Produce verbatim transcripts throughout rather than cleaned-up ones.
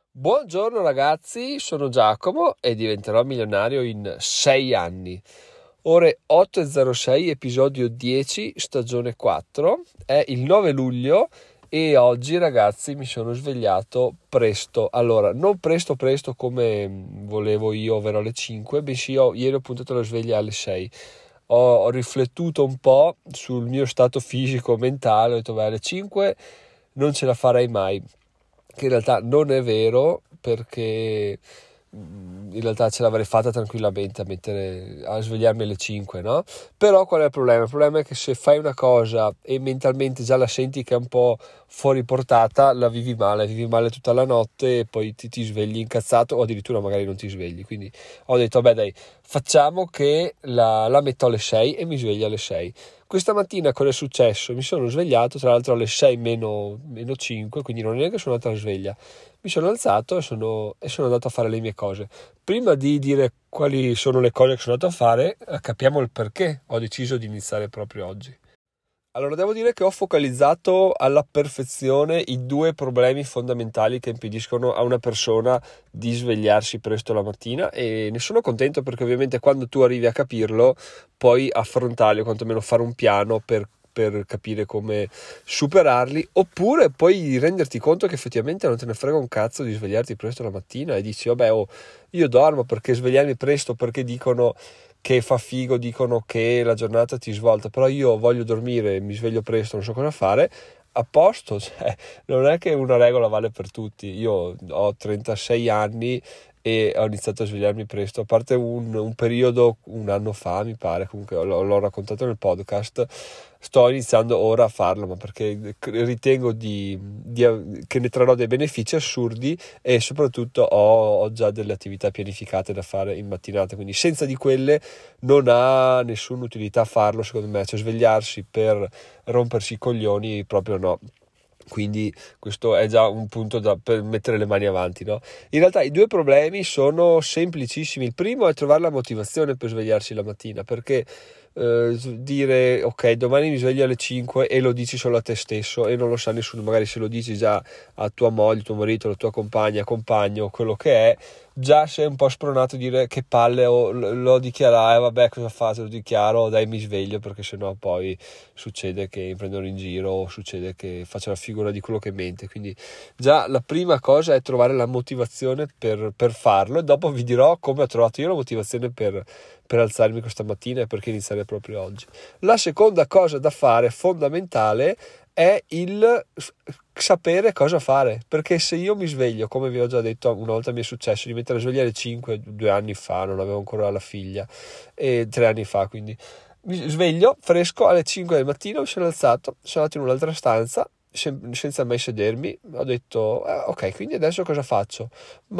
Buongiorno ragazzi, sono Giacomo e diventerò milionario in sei anni. Ore otto e zero sei, episodio dieci, stagione quattro. È il nove luglio e oggi ragazzi mi sono svegliato presto. Allora, non presto presto come volevo io, ovvero alle cinque, bensì ho, ieri ho puntato la sveglia alle sei. Ho, ho riflettuto un po' sul mio stato fisico mentale, ho detto beh, alle cinque non ce la farei mai, che in realtà non è vero, perché in realtà ce l'avrei fatta tranquillamente a mettere a svegliarmi alle cinque, no? Però qual è il problema? Il problema è che se fai una cosa e mentalmente già la senti che è un po' fuori portata, la vivi male, vivi male tutta la notte e poi ti, ti svegli incazzato o addirittura magari non ti svegli. Quindi ho detto, beh dai, facciamo che la, la metto alle sei e mi sveglio alle sei. Questa mattina cosa è successo? Mi sono svegliato tra l'altro alle sei meno, meno cinque, quindi non è neanche suonata la sveglia. Mi sono alzato e sono, e sono andato a fare le mie cose. Prima di dire quali sono le cose che sono andato a fare, eh, capiamo il perché ho deciso di iniziare proprio oggi. Allora, devo dire che ho focalizzato alla perfezione i due problemi fondamentali che impediscono a una persona di svegliarsi presto la mattina, e ne sono contento perché ovviamente quando tu arrivi a capirlo puoi affrontarli o quantomeno fare un piano per per capire come superarli, oppure puoi renderti conto che effettivamente non te ne frega un cazzo di svegliarti presto la mattina e dici vabbè, oh, io dormo perché svegliarmi presto, perché dicono che fa figo, dicono che la giornata ti svolta, però io voglio dormire, mi sveglio presto, non so cosa fare, a posto. Cioè, non è che una regola vale per tutti. Io ho trentasei anni e ho iniziato a svegliarmi presto, a parte un, un periodo, un anno fa mi pare, comunque l'ho, l'ho raccontato nel podcast. Sto iniziando ora a farlo, ma perché ritengo di, di, che ne trarrò dei benefici assurdi, e soprattutto ho, ho già delle attività pianificate da fare in mattinata, quindi senza di quelle non ha nessuna utilità farlo, secondo me. Cioè svegliarsi per rompersi i coglioni proprio no. Quindi questo è già un punto da, per mettere le mani avanti, no? In realtà i due problemi sono semplicissimi. Il primo è trovare la motivazione per svegliarsi la mattina, perché eh, dire ok, domani mi sveglio alle cinque e lo dici solo a te stesso e non lo sa nessuno, magari se lo dici già a tua moglie, tuo marito, la tua compagna, compagno, quello che è, già sei un po' spronato a dire che palle, o lo dichiarare, eh, vabbè, cosa fate, lo dichiaro, dai, mi sveglio, perché sennò poi succede che mi prendono in giro o succede che faccio la figura di quello che mente. Quindi già la prima cosa è trovare la motivazione per, per farlo, e dopo vi dirò come ho trovato io la motivazione per, per alzarmi questa mattina e perché iniziare proprio oggi. La seconda cosa da fare, fondamentale, è il sapere cosa fare, perché se io mi sveglio, come vi ho già detto, una volta mi è successo di mettere a svegliare alle cinque due anni fa, non avevo ancora la figlia, e tre anni fa, quindi mi sveglio fresco alle cinque del mattino, mi sono alzato, sono andato in un'altra stanza sem- senza mai sedermi, ho detto eh, ok, quindi adesso cosa faccio?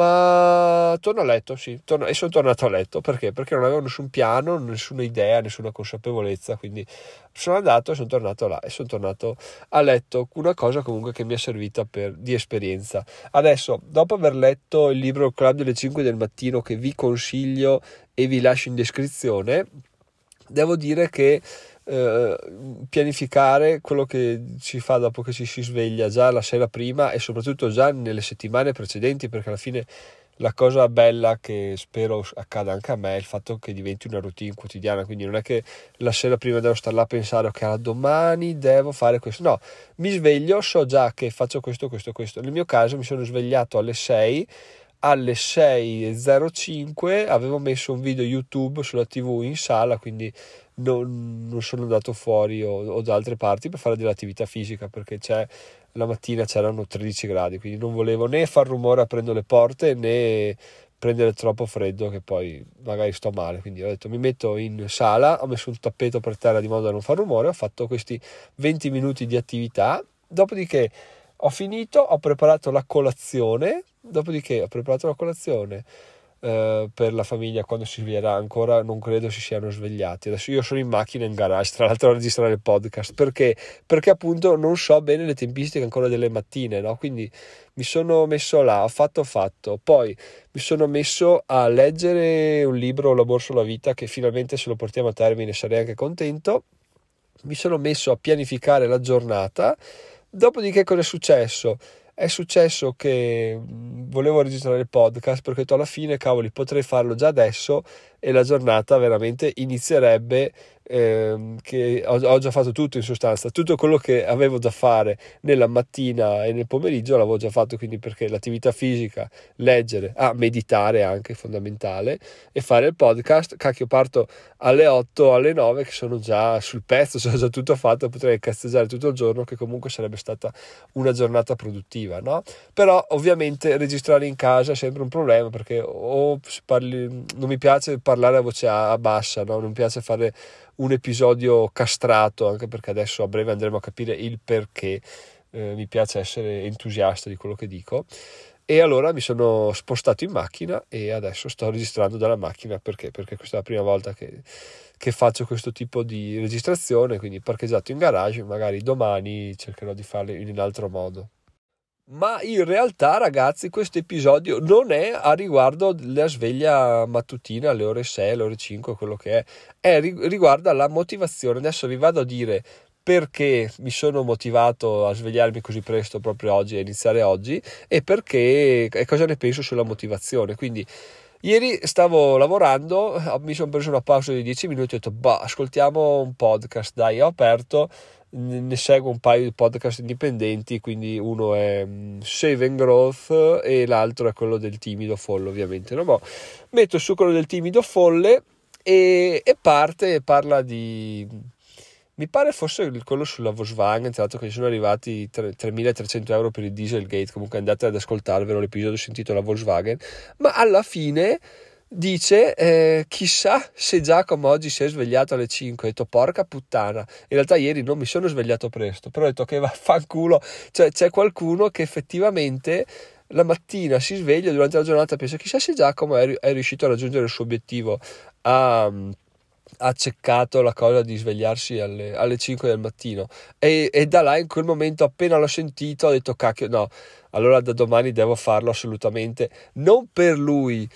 Ma torno a letto, sì, torno, e sono tornato a letto. Perché? Perché non avevo nessun piano, nessuna idea, nessuna consapevolezza, quindi sono andato e sono tornato là e sono tornato a letto, una cosa comunque che mi è servita per, di esperienza. Adesso, dopo aver letto il libro Club delle cinque del mattino, che vi consiglio e vi lascio in descrizione, devo dire che eh, pianificare quello che si fa dopo che ci si sveglia già la sera prima e soprattutto già nelle settimane precedenti, perché alla fine la cosa bella che spero accada anche a me è il fatto che diventi una routine quotidiana, quindi non è che la sera prima devo stare là a pensare ok, domani devo fare questo, no, mi sveglio, so già che faccio questo, questo, questo. Nel mio caso mi sono svegliato alle sei, alle sei e zero cinque avevo messo un video YouTube sulla tivù in sala, quindi non, non sono andato fuori o, o da altre parti per fare dell'attività fisica, perché c'è, la mattina c'erano tredici gradi, quindi non volevo né far rumore aprendo le porte né prendere troppo freddo che poi magari sto male. Quindi ho detto mi metto in sala, ho messo un tappeto per terra di modo da non far rumore, ho fatto questi venti minuti di attività, dopodiché ho finito, ho preparato la colazione, dopodiché ho preparato la colazione eh, per la famiglia. Quando si sveglierà ancora non credo si siano svegliati. Adesso io sono in macchina in garage, tra l'altro, a registrare il podcast, perché perché appunto non so bene le tempistiche ancora delle mattine, no? Quindi mi sono messo là, ho fatto fatto, poi mi sono messo a leggere un libro, La borsa sulla vita, che finalmente se lo portiamo a termine sarei anche contento. Mi sono messo a pianificare la giornata. Dopodiché cosa è successo? È successo che volevo registrare il podcast perché ho detto alla fine, cavoli, potrei farlo già adesso e la giornata veramente inizierebbe ehm, che ho, ho già fatto tutto, in sostanza tutto quello che avevo da fare nella mattina e nel pomeriggio l'avevo già fatto, quindi perché l'attività fisica, leggere, ah, meditare anche fondamentale, e fare il podcast, cacchio, parto alle otto, alle nove che sono già sul pezzo, sono già tutto fatto, potrei cazzeggiare tutto il giorno, che comunque sarebbe stata una giornata produttiva, no? Però ovviamente registrare in casa è sempre un problema, perché o parli, non mi piace parlare a voce a bassa, no? Non mi piace fare un episodio castrato, anche perché adesso a breve andremo a capire il perché. Eh, mi piace essere entusiasta di quello che dico, e allora mi sono spostato in macchina e adesso sto registrando dalla macchina. Perché? Perché questa è la prima volta che, che faccio questo tipo di registrazione, quindi parcheggiato in garage, magari domani cercherò di farlo in un altro modo. Ma in realtà, ragazzi, questo episodio non è a riguardo della sveglia mattutina alle ore sei, alle ore cinque, quello che è, è riguarda la motivazione. Adesso vi vado a dire perché mi sono motivato a svegliarmi così presto proprio oggi, a iniziare oggi, e perché e cosa ne penso sulla motivazione. Quindi ieri stavo lavorando, mi sono preso una pausa di dieci minuti e ho detto, bah, ascoltiamo un podcast, dai. Ho aperto, ne seguo un paio di podcast indipendenti, quindi uno è Save and Growth e l'altro è quello del timido folle, ovviamente, no? Ma metto su quello del timido folle e, e parte e parla di, mi pare fosse quello sulla Volkswagen, tra l'altro, che ci sono arrivati tremilatrecento euro per il Dieselgate. Comunque andate ad ascoltarvelo, l'episodio si intitola Volkswagen, ma alla fine dice eh, chissà se Giacomo oggi si è svegliato alle cinque. Ho detto, porca puttana, in realtà ieri non mi sono svegliato presto, però ho detto che vaffanculo, cioè c'è qualcuno che effettivamente la mattina si sveglia, durante la giornata pensa chissà se Giacomo è, è riuscito a raggiungere il suo obiettivo, ha, ha ceccato la cosa di svegliarsi alle, alle cinque del mattino, e, e da là, in quel momento, appena l'ho sentito, ho detto cacchio, no, allora da domani devo farlo assolutamente, non per lui,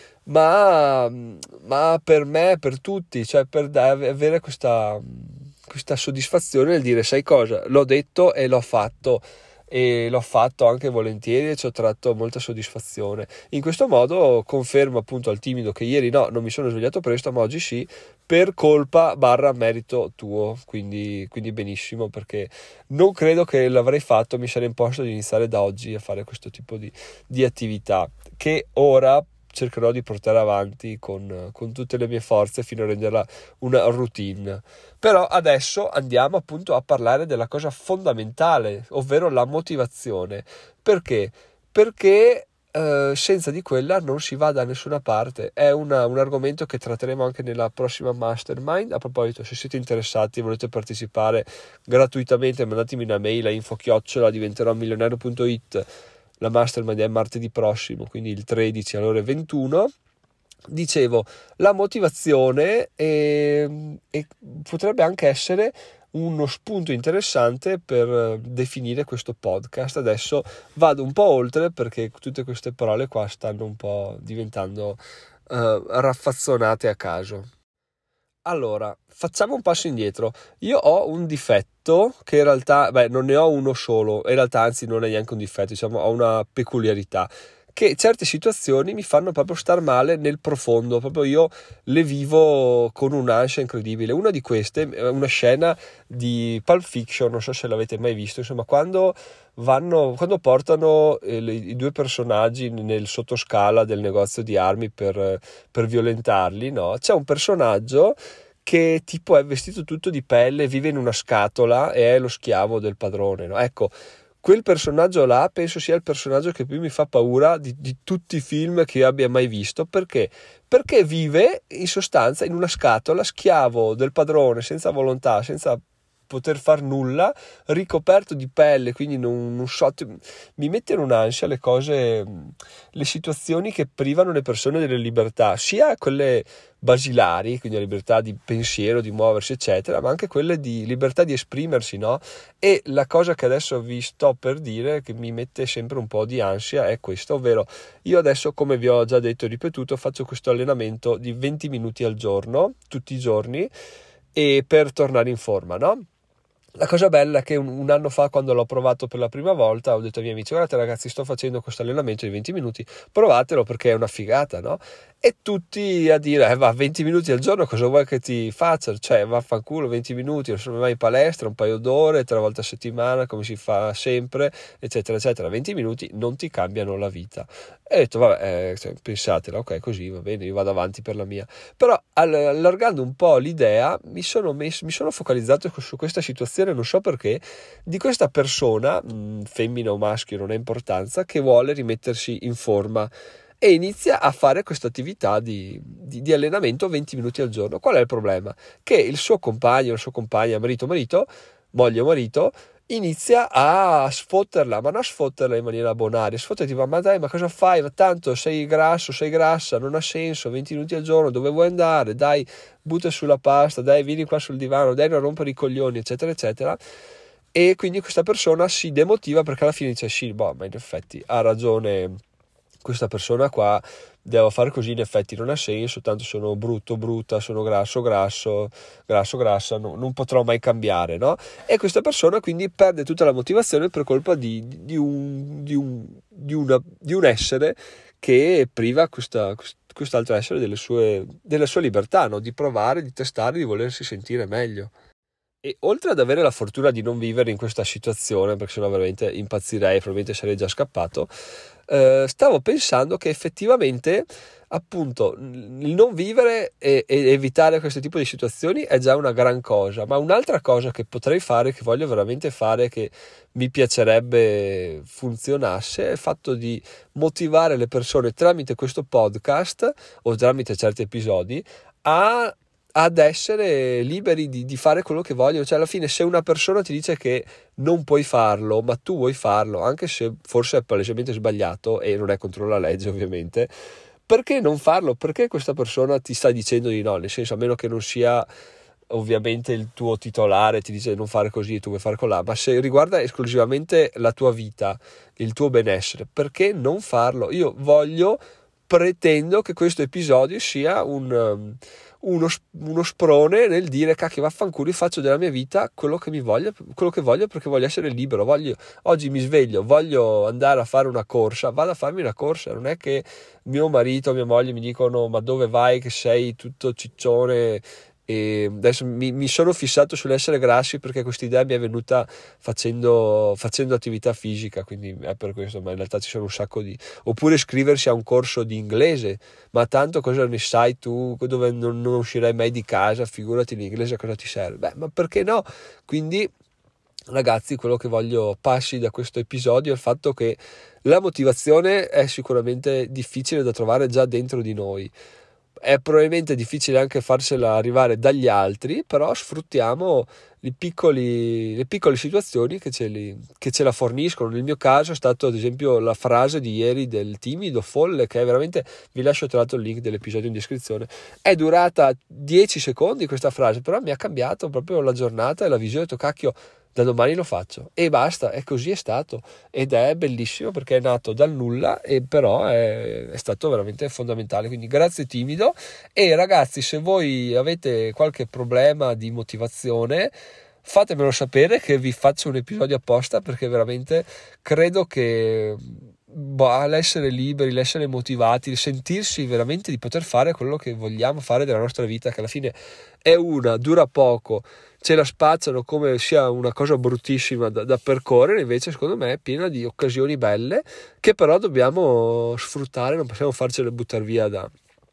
ma, ma per me, per tutti, cioè per avere questa, questa soddisfazione nel dire, sai cosa, l'ho detto e l'ho fatto, e l'ho fatto anche volentieri e ci ho tratto molta soddisfazione. In questo modo confermo appunto al timido che ieri no, non mi sono svegliato presto, ma oggi sì, per colpa barra merito tuo, quindi, quindi benissimo, perché non credo che l'avrei fatto, mi sarei imposto di iniziare da oggi a fare questo tipo di, di attività, che ora cercherò di portare avanti con, con tutte le mie forze fino a renderla una routine. Però adesso andiamo appunto a parlare della cosa fondamentale, ovvero la motivazione. Perché? Perché eh, senza di quella non si va da nessuna parte. È una, un argomento che tratteremo anche nella prossima mastermind. A proposito, se siete interessati e volete partecipare gratuitamente, mandatemi una mail a info chiocciola diventerò milionario punto it. La mastermind è martedì prossimo, quindi il tredici alle ore ventuno. Dicevo, la motivazione è, è, potrebbe anche essere uno spunto interessante per definire questo podcast. Adesso vado un po' oltre, perché tutte queste parole qua stanno un po' diventando uh, raffazzonate a caso. Allora, facciamo un passo indietro. Io ho un difetto che in realtà, beh, non ne ho uno solo, in realtà anzi non è neanche un difetto, diciamo, ho una peculiarità, che certe situazioni mi fanno proprio star male nel profondo, proprio io le vivo con un'ansia incredibile. Una di queste è una scena di Pulp Fiction, non so se l'avete mai visto, insomma, quando vanno, quando portano eh, le, i due personaggi nel sottoscala del negozio di armi per, per violentarli, no? C'è un personaggio che tipo è vestito tutto di pelle, vive in una scatola e è lo schiavo del padrone, no? Ecco, quel personaggio là penso sia il personaggio che più mi fa paura di, di tutti i film che io abbia mai visto. Perché? Perché vive in sostanza in una scatola, schiavo del padrone, senza volontà, senza poter far nulla, ricoperto di pelle, quindi non, non so, mi mette in un'ansia le cose, le situazioni che privano le persone delle libertà, sia quelle basilari, quindi la libertà di pensiero, di muoversi eccetera, ma anche quelle di libertà di esprimersi, no? E la cosa che adesso vi sto per dire, che mi mette sempre un po' di ansia, è questa, ovvero io adesso, come vi ho già detto e ripetuto, faccio questo allenamento di venti minuti al giorno, tutti i giorni, e per tornare in forma, no? La cosa bella è che un, un anno fa, quando l'ho provato per la prima volta, ho detto ai miei amici: guardate ragazzi, sto facendo questo allenamento di venti minuti, provatelo perché è una figata, no? E tutti a dire: eh, va, venti minuti al giorno, cosa vuoi che ti faccia? Cioè, vaffanculo, venti minuti, non sono mai in palestra, un paio d'ore, tre volte a settimana, come si fa sempre, eccetera, eccetera. venti minuti non ti cambiano la vita. E ho detto: vabbè, eh, cioè, pensatela, ok, così va bene, io vado avanti per la mia. Però allargando un po' l'idea, mi sono, messo, mi sono focalizzato su questa situazione, non so perché, di questa persona, mh, femmina o maschio, non ha importanza, che vuole rimettersi in forma e inizia a fare questa attività di, di, di allenamento venti minuti al giorno. Qual è il problema? Che il suo compagno, la sua compagna, marito, marito, moglie o marito, inizia a sfotterla, ma non a sfotterla in maniera bonaria, sfotterla tipo: ma dai, ma cosa fai? Ma tanto sei grasso, sei grassa, non ha senso, venti minuti al giorno, dove vuoi andare? Dai, butta sulla pasta, dai, vieni qua sul divano, dai, non rompere i coglioni, eccetera, eccetera. E quindi questa persona si demotiva, perché alla fine dice: sì, boh, ma in effetti ha ragione questa persona qua, devo fare così, in effetti non ha senso, tanto sono brutto, brutta, sono grasso, grasso, grasso, grassa, no, non potrò mai cambiare, no? E questa persona quindi perde tutta la motivazione per colpa di, di, un, di, un, di, una, di un essere che priva questa, quest'altro essere delle sue, della sua libertà, no? Di provare, di testare, di volersi sentire meglio. E oltre ad avere la fortuna di non vivere in questa situazione, perché sennò veramente impazzirei, probabilmente sarei già scappato, eh, stavo pensando che effettivamente, appunto, il non vivere e, e evitare questo tipo di situazioni è già una gran cosa, ma un'altra cosa che potrei fare, che voglio veramente fare, che mi piacerebbe funzionasse, è il fatto di motivare le persone tramite questo podcast o tramite certi episodi a ad essere liberi di, di fare quello che vogliono. Cioè, alla fine, se una persona ti dice che non puoi farlo, ma tu vuoi farlo, anche se forse è palesemente sbagliato e non è contro la legge, ovviamente, perché non farlo? Perché questa persona ti sta dicendo di no? Nel senso, a meno che non sia ovviamente il tuo titolare ti dice non fare così e tu vuoi fare colà, ma se riguarda esclusivamente la tua vita, il tuo benessere, perché non farlo? Io voglio, pretendo che questo episodio sia un, um, uno, uno sprone nel dire: cacchio, vaffanculo, io faccio della mia vita quello che mi voglio, quello che voglio, perché voglio essere libero. Voglio, oggi mi sveglio, voglio andare a fare una corsa, vado a farmi una corsa. Non è che mio marito, mia moglie mi dicono: ma dove vai che sei tutto ciccione? E adesso mi, mi sono fissato sull'essere grassi perché questa idea mi è venuta facendo, facendo attività fisica, quindi è per questo, ma in realtà ci sono un sacco di... Oppure iscriversi a un corso di inglese, ma tanto cosa ne sai tu, dove non, non uscirai mai di casa, figurati l'inglese cosa ti serve? Beh, ma perché no? Quindi, ragazzi, quello che voglio passi da questo episodio è il fatto che la motivazione è sicuramente difficile da trovare già dentro di noi. È probabilmente difficile anche farsela arrivare dagli altri, però sfruttiamo i piccoli, le piccole situazioni che ce, li, che ce la forniscono. Nel mio caso è stato ad esempio la frase di ieri del timido folle, che è veramente, vi lascio tra l'altro il link dell'episodio in descrizione, è durata dieci secondi questa frase, però mi ha cambiato proprio la giornata e la visione. Ho detto: cacchio, da domani lo faccio, e basta, e così è stato, ed è bellissimo perché è nato dal nulla, e però è, è stato veramente fondamentale. Quindi grazie timido. E ragazzi, se voi avete qualche problema di motivazione, fatemelo sapere che vi faccio un episodio apposta, perché veramente credo che boh, l'essere liberi, l'essere motivati, il sentirsi veramente di poter fare quello che vogliamo fare della nostra vita, che alla fine è una, dura poco, ce la spacciano come sia una cosa bruttissima da, da percorrere, invece secondo me è piena di occasioni belle che però dobbiamo sfruttare, non possiamo farcele buttare via da,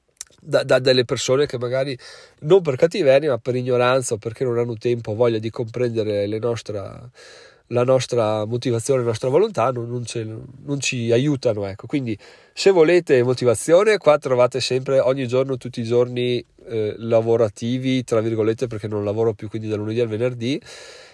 da, da delle persone che magari non per cattiveria ma per ignoranza o perché non hanno tempo o voglia di comprendere le nostre, la nostra motivazione, la nostra volontà, non, non, ce, non ci aiutano, ecco. Quindi se volete motivazione, qua trovate sempre ogni giorno, tutti i giorni eh, lavorativi, tra virgolette, perché non lavoro più, quindi dal lunedì al venerdì.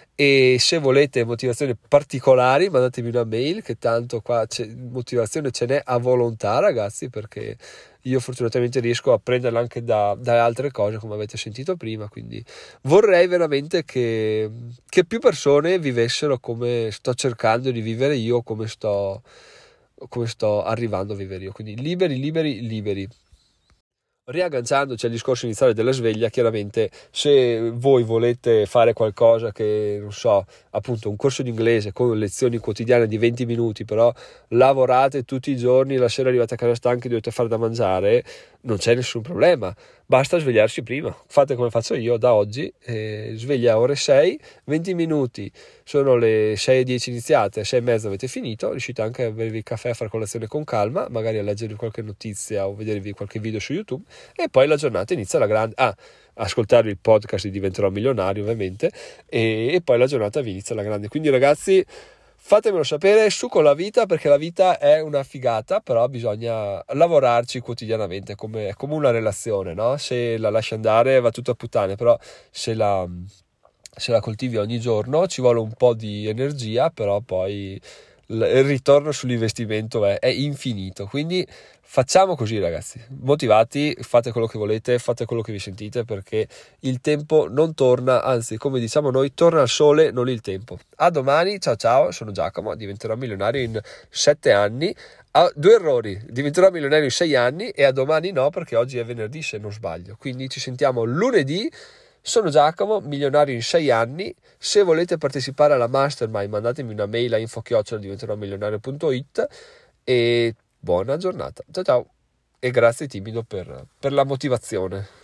E se volete motivazioni particolari, mandatemi una mail, che tanto qua c'è, motivazione ce n'è a volontà, ragazzi, perché io fortunatamente riesco a prenderla anche da, da altre cose, come avete sentito prima. Quindi vorrei veramente che, che più persone vivessero come sto cercando di vivere io, come sto, come sto arrivando a vivere io. Quindi liberi, liberi, liberi. Riagganciandoci al discorso iniziale della sveglia, chiaramente se voi volete fare qualcosa che, non so, appunto un corso di inglese con lezioni quotidiane di venti minuti, però lavorate tutti i giorni, la sera arrivate a casa stanchi e dovete fare da mangiare, non c'è nessun problema, basta svegliarsi prima. Fate come faccio io da oggi, eh, sveglia a ore sei, venti minuti, sono le sei e dieci iniziate, sei e mezza avete finito, riuscite anche a bervi il caffè, a fare colazione con calma, magari a leggervi qualche notizia o vedervi qualche video su YouTube, e poi la giornata inizia alla grande. Ah, ascoltarvi il podcast di Diventerò Milionario, ovviamente, e, e poi la giornata vi inizia alla grande. Quindi ragazzi, fatemelo sapere, su con la vita, perché la vita è una figata, però bisogna lavorarci quotidianamente, come, è come una relazione, no? Se la lasci andare va tutto a puttane, però se la, se la coltivi ogni giorno ci vuole un po' di energia, però poi il ritorno sull'investimento è, è infinito. Quindi facciamo così ragazzi, motivati, fate quello che volete, fate quello che vi sentite, perché il tempo non torna, anzi come diciamo noi, torna al sole, non il tempo. A domani, ciao ciao, sono Giacomo, diventerò milionario in sette anni. Ah, due errori, diventerò milionario in sei anni e a domani no, perché oggi è venerdì se non sbaglio, quindi ci sentiamo lunedì. Sono Giacomo, milionario in sei anni. Se volete partecipare alla mastermind mandatemi una mail a info chiocciola diventerò milionario punto it e buona giornata. Ciao ciao e grazie timido per, per la motivazione.